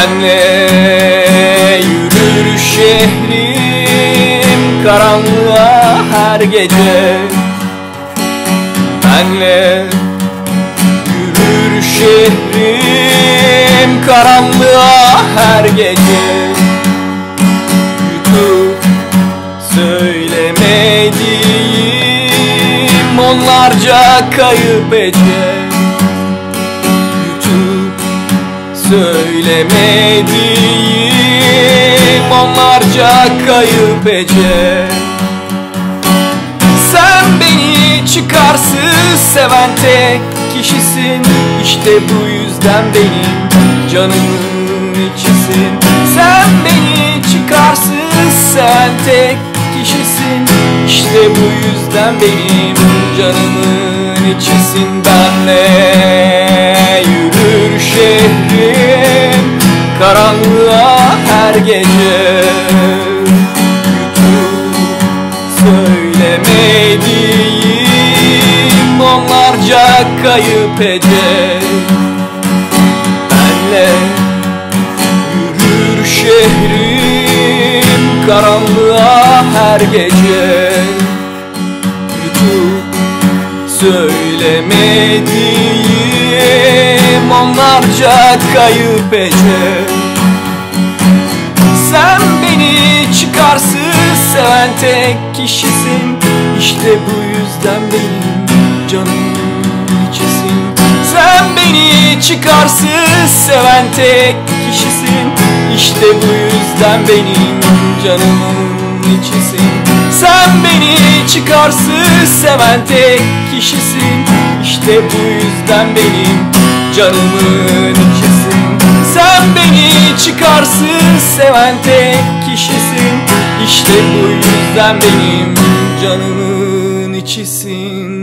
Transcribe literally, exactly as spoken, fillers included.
Benle yürür şehrim karanlığa her gece. Benle yürür şehrim karanlığa her gece. Yutup söylemediğim onlarca kayıp ece. Yutup söylemediğim onlarca kayıp ece. Sen beni çıkarsız seven tek kişisin. İşte bu yüzden benim canımın içisin. Sen beni çıkarsız seven tek kişisin. İşte bu yüzden benim canımın içisin. Benle yürür şehrim karanlığa her gece. Yutup söylemediğim onlarca kayıp ece. Benle yürür şehrim karanlığa her gece. Yutup söylemediğim onlarca kayıp ece. Sen beni çıkarsız seven tek kişisin. İşte bu yüzden benim canımın içisin. Sen beni çıkarsız seven tek kişisin. İşte bu yüzden benim canımın içisin. Sen beni çıkarsız seven tek kişisin. İşte bu yüzden benim canımın içisin. Sen beni çıkarsız seven tek kişisin. İşte bu yüzden benim canımın içisin.